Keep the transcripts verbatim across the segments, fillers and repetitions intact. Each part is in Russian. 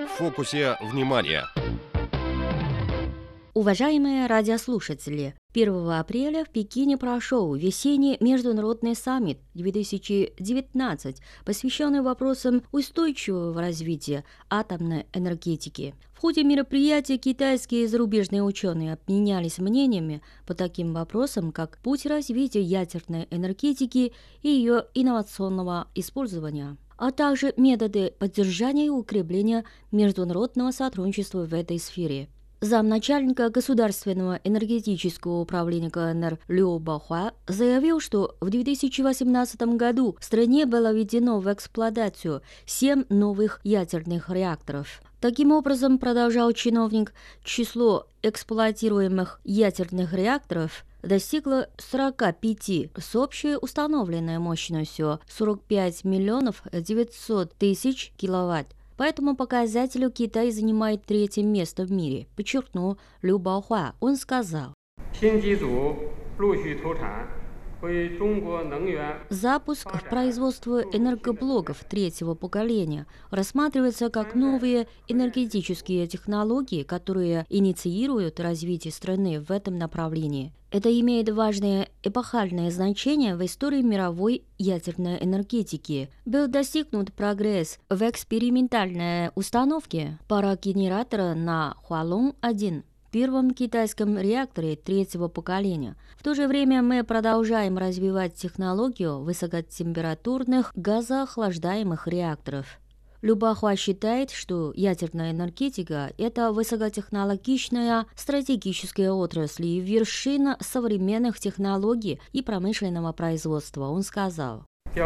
В фокусе внимания. Уважаемые радиослушатели, первого апреля в Пекине прошел весенний международный саммит две тысячи девятнадцать, посвященный вопросам устойчивого развития атомной энергетики. В ходе мероприятия китайские и зарубежные ученые обменялись мнениями по таким вопросам, как путь развития ядерной энергетики и ее инновационного использования, а также методы поддержания и укрепления международного сотрудничества в этой сфере. Замначальника Государственного энергетического управления КНР Лю Баохуа заявил, что в две тысячи восемнадцатом году в стране было введено в эксплуатацию семь новых ядерных реакторов. Таким образом, продолжал чиновник, число эксплуатируемых ядерных реакторов достигло сорока пяти с общей установленной мощностью сорок пять миллионов девятьсот тысяч киловатт. По этому показателю Китай занимает третье место в мире, подчеркнул Лю Баохуа. Он сказал: запуск в производство энергоблоков третьего поколения рассматривается как новые энергетические технологии, которые инициируют развитие страны в этом направлении. Это имеет важное эпохальное значение в истории мировой ядерной энергетики. Был достигнут прогресс в экспериментальной установке парогенератора на Хуалун один, первом китайском реакторе третьего поколения. В то же время мы продолжаем развивать технологию высокотемпературных газоохлаждаемых реакторов. Лю Баохуа считает, что ядерная энергетика – это высокотехнологичная стратегическая отрасль и вершина современных технологий и промышленного производства. Он сказал: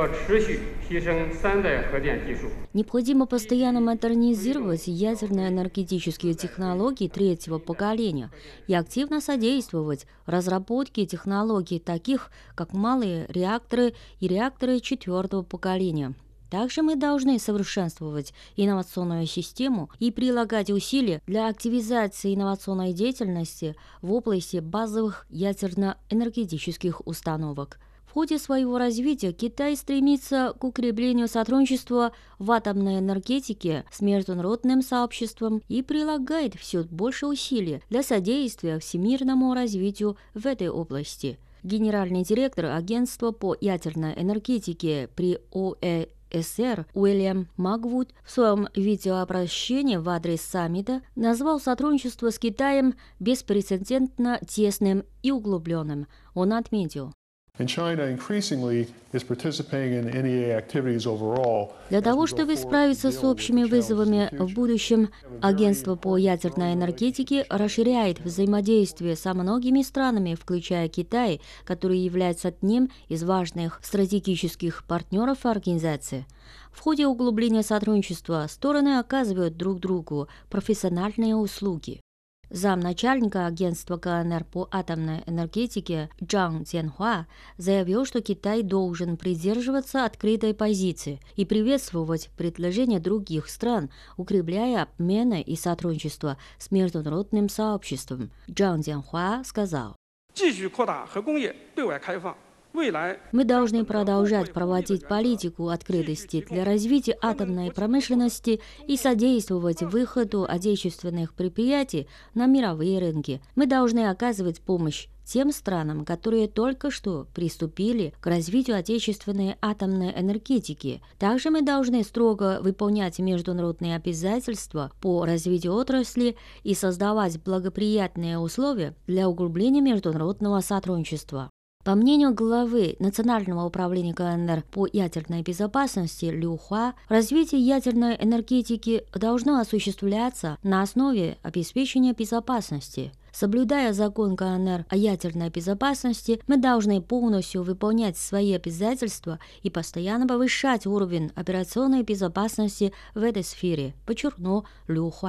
необходимо постоянно модернизировать ядерные энергетические технологии третьего поколения и активно содействовать разработке технологий, таких как малые реакторы и реакторы четвертого поколения. Также мы должны совершенствовать инновационную систему и прилагать усилия для активизации инновационной деятельности в области базовых ядерно-энергетических установок. В ходе своего развития Китай стремится к укреплению сотрудничества в атомной энергетике с международным сообществом и прилагает все больше усилий для содействия всемирному развитию в этой области. Генеральный директор Агентства по ядерной энергетике при ОЭ СССР Уильям Маквуд в своем видеообращении в адрес саммита назвал сотрудничество с Китаем беспрецедентно тесным и углубленным. Он отметил: для того, чтобы справиться с общими вызовами в будущем, Агентство по ядерной энергетике расширяет взаимодействие со многими странами, включая Китай, который является одним из важных стратегических партнеров организации. В ходе углубления сотрудничества стороны оказывают друг другу профессиональные услуги. Замначальника агентства КНР по атомной энергетике Чжан Цзянхуа заявил, что Китай должен придерживаться открытой позиции и приветствовать предложения других стран, укрепляя обмены и сотрудничество с международным сообществом. Чжан Цзянхуа сказал: мы должны продолжать проводить политику открытости для развития атомной промышленности и содействовать выходу отечественных предприятий на мировые рынки. Мы должны оказывать помощь тем странам, которые только что приступили к развитию отечественной атомной энергетики. Также мы должны строго выполнять международные обязательства по развитию отрасли и создавать благоприятные условия для углубления международного сотрудничества. По мнению главы Национального управления КНР по ядерной безопасности Лю Хуа, развитие ядерной энергетики должно осуществляться на основе обеспечения безопасности. Соблюдая закон КНР о ядерной безопасности, мы должны полностью выполнять свои обязательства и постоянно повышать уровень операционной безопасности в этой сфере, подчеркнул Лю Хуа.